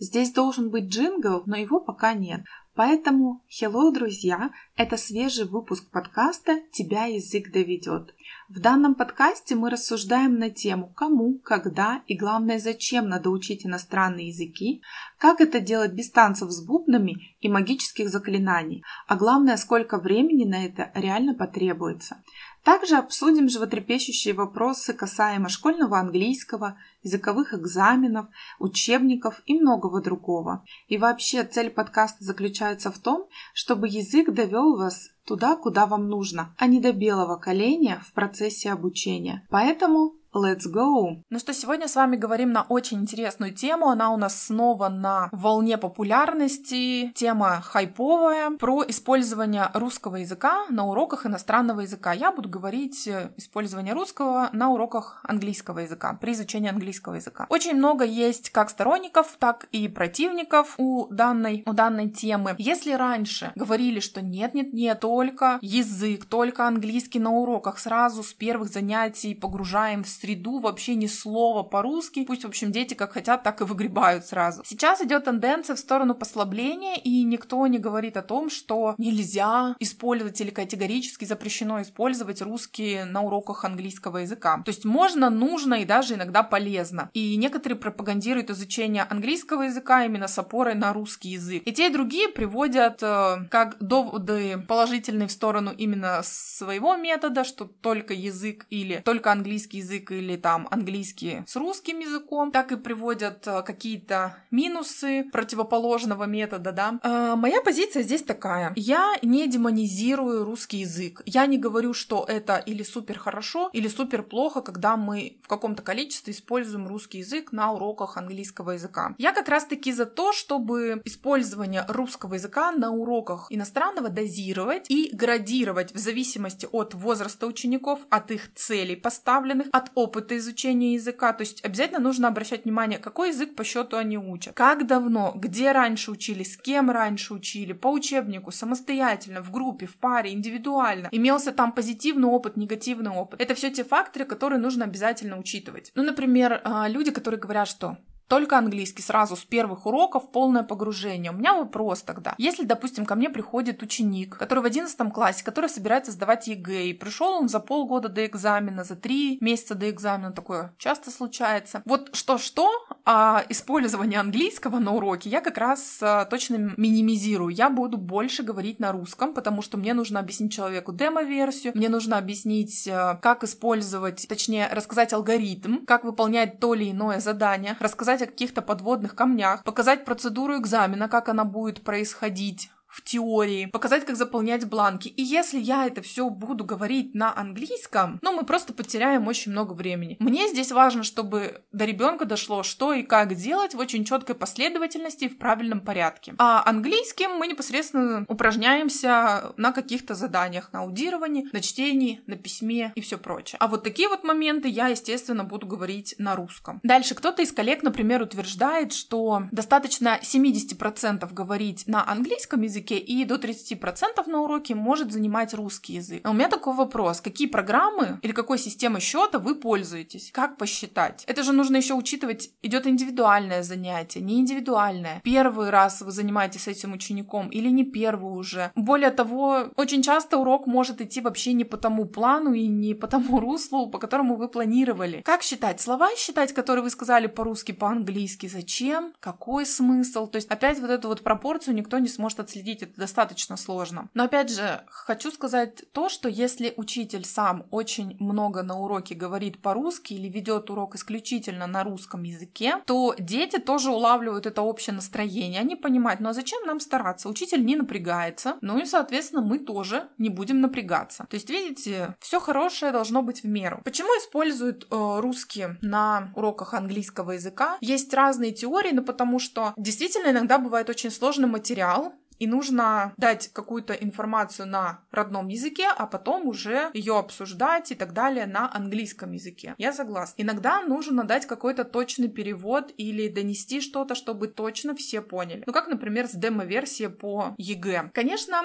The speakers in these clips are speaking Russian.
Здесь должен быть джингл, но его пока нет. Поэтому, hello, друзья, это свежий выпуск подкаста «Тебя язык доведет». В данном подкасте мы рассуждаем на тему, кому, когда и, главное, зачем надо учить иностранные языки, как это делать без танцев с бубнами и магических заклинаний, а главное, сколько времени на это реально потребуется. Также обсудим животрепещущие вопросы касаемо школьного английского, языковых экзаменов, учебников и многого другого. И вообще цель подкаста заключается в том, чтобы язык довел вас туда, куда вам нужно, а не до белого коленя в процессе обучения. Поэтому let's go! Ну что, сегодня с вами говорим на очень интересную тему. Она у нас снова на волне популярности. Тема хайповая. Про использование русского языка на уроках иностранного языка. Я буду говорить использование русского на уроках английского языка, при изучении английского языка. Очень много есть как сторонников, так и противников у данной темы. Если раньше говорили, что нет, только язык, только английский на уроках, сразу с первых занятий погружаем в среду, вообще ни слова по-русски. Пусть, в общем, дети как хотят, так и выгребают сразу. Сейчас идет тенденция в сторону послабления, и никто не говорит о том, что нельзя использовать или категорически запрещено использовать русский на уроках английского языка. То есть можно, нужно и даже иногда полезно. И некоторые пропагандируют изучение английского языка именно с опорой на русский язык. И те, и другие приводят как доводы положительные в сторону именно своего метода, что только язык или только английский язык или там английский с русским языком, так и приводят какие-то минусы противоположного метода, да. Моя позиция здесь такая. Я не демонизирую русский язык. Я не говорю, что это или супер хорошо, или супер плохо, когда мы в каком-то количестве используем русский язык на уроках английского языка. Я как раз-таки за то, чтобы использование русского языка на уроках иностранного дозировать и градировать в зависимости от возраста учеников, от их целей поставленных, от опыта изучения языка. То есть обязательно нужно обращать внимание, какой язык по счету они учат, как давно, где раньше учили, с кем раньше учили, по учебнику, самостоятельно, в группе, в паре, индивидуально. Имелся там позитивный опыт, негативный опыт. Это все те факторы, которые нужно обязательно учитывать. Ну, например, люди, которые говорят, что только английский сразу с первых уроков, полное погружение. У меня вопрос тогда. Если, допустим, ко мне приходит ученик, который в 11 классе, который собирается сдавать ЕГЭ, и пришел он за полгода до экзамена, за 3 месяца до экзамена, такое часто случается. Вот что-что, а использование английского на уроке я как раз точно минимизирую. Я буду больше говорить на русском, потому что мне нужно объяснить человеку демо-версию, мне нужно объяснить, как использовать, точнее, рассказать алгоритм, как выполнять то или иное задание, рассказать о каких-то подводных камнях, показать процедуру экзамена, как она будет происходить в теории, показать, как заполнять бланки. И если я это все буду говорить на английском, мы просто потеряем очень много времени. Мне здесь важно, чтобы до ребенка дошло, что и как делать в очень четкой последовательности и в правильном порядке. А английским мы непосредственно упражняемся на каких-то заданиях, на аудировании, на чтении, на письме и все прочее. А вот такие вот моменты я, естественно, буду говорить на русском. Дальше кто-то из коллег, например, утверждает, что достаточно 70% говорить на английском языке, и до 30% на уроке может занимать русский язык. А у меня такой вопрос. Какие программы или какой системой счета вы пользуетесь? Как посчитать? Это же нужно еще учитывать, идет индивидуальное занятие, не индивидуальное. Первый раз вы занимаетесь с этим учеником или не первый уже. Более того, очень часто урок может идти вообще не по тому плану и не по тому руслу, по которому вы планировали. Как считать? Слова считать, которые вы сказали по-русски, по-английски? Зачем? Какой смысл? То есть опять вот эту вот пропорцию никто не сможет отследить. Это достаточно сложно. Но опять же, хочу сказать то, что если учитель сам очень много на уроке говорит по-русски или ведет урок исключительно на русском языке, то дети тоже улавливают это общее настроение. Они понимают, а зачем нам стараться? Учитель не напрягается, и, соответственно, мы тоже не будем напрягаться. То есть, видите, все хорошее должно быть в меру. Почему используют русский на уроках английского языка? Есть разные теории, но потому что действительно иногда бывает очень сложный материал, и нужно дать какую-то информацию на родном языке, а потом уже ее обсуждать и так далее на английском языке. Я согласна. Иногда нужно дать какой-то точный перевод или донести что-то, чтобы точно все поняли. Ну, как, например, с демо-версией по ЕГЭ. Конечно,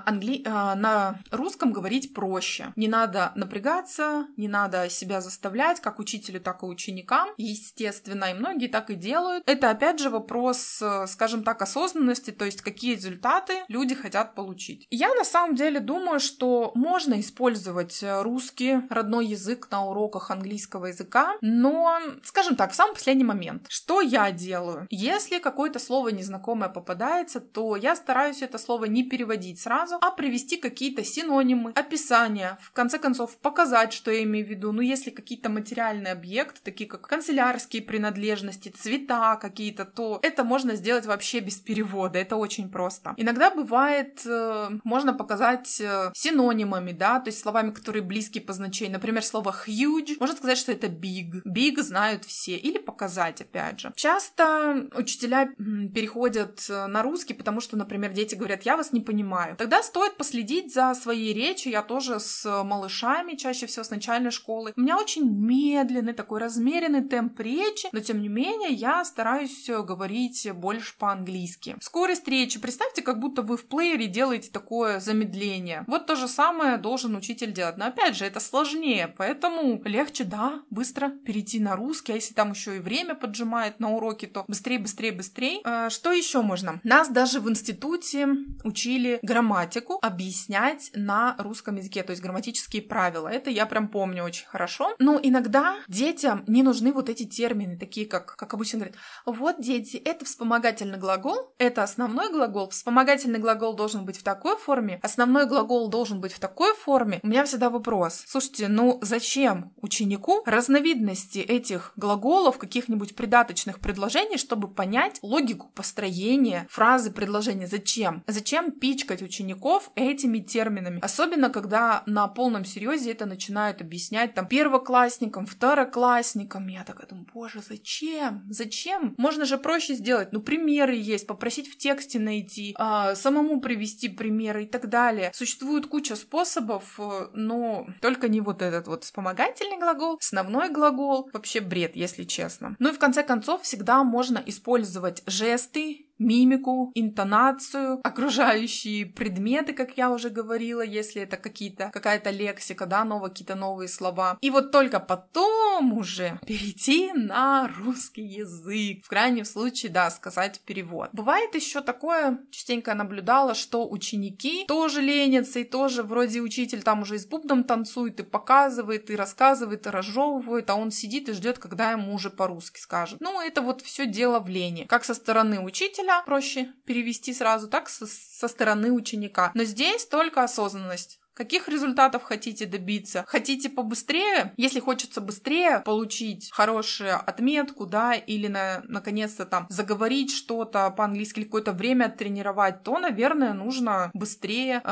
на русском говорить проще. Не надо напрягаться, не надо себя заставлять, как учителю, так и ученикам, естественно, и многие так и делают. Это, опять же, вопрос, скажем так, осознанности, то есть какие результаты люди хотят получить. Я на самом деле думаю, что можно использовать русский родной язык на уроках английского языка, но, скажем так, в самый последний момент. Что я делаю? Если какое-то слово незнакомое попадается, то я стараюсь это слово не переводить сразу, а привести какие-то синонимы, описания, в конце концов показать, что я имею в виду. Ну, если какие-то материальные объекты, такие как канцелярские принадлежности, цвета какие-то, то это можно сделать вообще без перевода. Это очень просто. Иногда бывает, можно показать синонимами, да, то есть словами, которые близки по значению. Например, слово huge, можно сказать, что это big. Big знают все. Или показать, опять же. Часто учителя переходят на русский, потому что, например, дети говорят, я вас не понимаю. Тогда стоит последить за своей речью. Я тоже с малышами, чаще всего с начальной школы. У меня очень медленный, такой размеренный темп речи, но тем не менее я стараюсь говорить больше по-английски. Скорость речи. Представьте, как будто вы в плеере делаете такое замедление. Вот то же самое должен учитель делать. Но опять же, это сложнее, поэтому легче, да, быстро перейти на русский. А если там еще и время поджимает на уроке, то быстрее. Что еще можно? Нас даже в институте учили грамматику объяснять на русском языке, то есть грамматические правила. Это я прям помню очень хорошо. Но иногда детям не нужны вот эти термины, такие как обычно говорят. Вот, дети, это вспомогательный глагол, это основной глагол. Вспомогательный глагол должен быть в такой форме, основной глагол должен быть в такой форме. У меня всегда вопрос. Слушайте, ну зачем ученику разновидности этих глаголов, каких-нибудь придаточных предложений, чтобы понять логику построения фразы, предложения? Зачем? Зачем пичкать учеников этими терминами? Особенно, когда на полном серьезе это начинают объяснять там первоклассникам, второклассникам. Я такая думаю, боже, зачем? Зачем? Можно же проще сделать. Ну, примеры есть, попросить в тексте найти, самому привести примеры и так далее. Существует куча способов, но только не вот этот вот вспомогательный глагол, основной глагол. Вообще бред, если честно. Ну и в конце концов всегда можно использовать жесты, мимику, интонацию, окружающие предметы, как я уже говорила, если это какая-то лексика, да, какие-то новые слова. И вот только потом уже перейти на русский язык. В крайнем случае, да, сказать перевод. Бывает еще такое, частенько наблюдала, что ученики тоже ленятся, и тоже вроде учитель там уже и с бубном танцует, и показывает, и рассказывает, и разжевывает, а он сидит и ждет, когда ему уже по-русски скажут. Ну, это вот все дело в лени. Как со стороны учителя, проще перевести сразу, так со стороны ученика. Но здесь только осознанность. Каких результатов хотите добиться? Хотите побыстрее? Если хочется быстрее получить хорошую отметку, да, или наконец-то там заговорить что-то по-английски или какое-то время оттренировать, то, наверное, нужно быстрее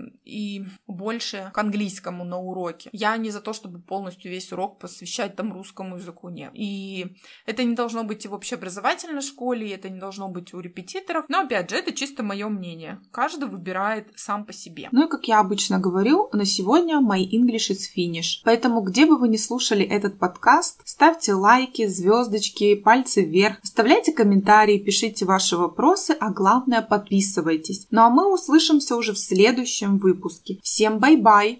и больше к английскому на уроке. Я не за то, чтобы полностью весь урок посвящать там русскому языку, нет. И это не должно быть и в общеобразовательной школе, и это не должно быть у репетиторов. Но, опять же, это чисто мое мнение. Каждый выбирает сам по себе. Ну и, как я обычно говорю, на сегодня my English is finished. Поэтому, где бы вы ни слушали этот подкаст, ставьте лайки, звездочки, пальцы вверх, оставляйте комментарии, пишите ваши вопросы, а главное, подписывайтесь. Ну а мы услышимся уже в следующем выпуске. Всем бай-бай!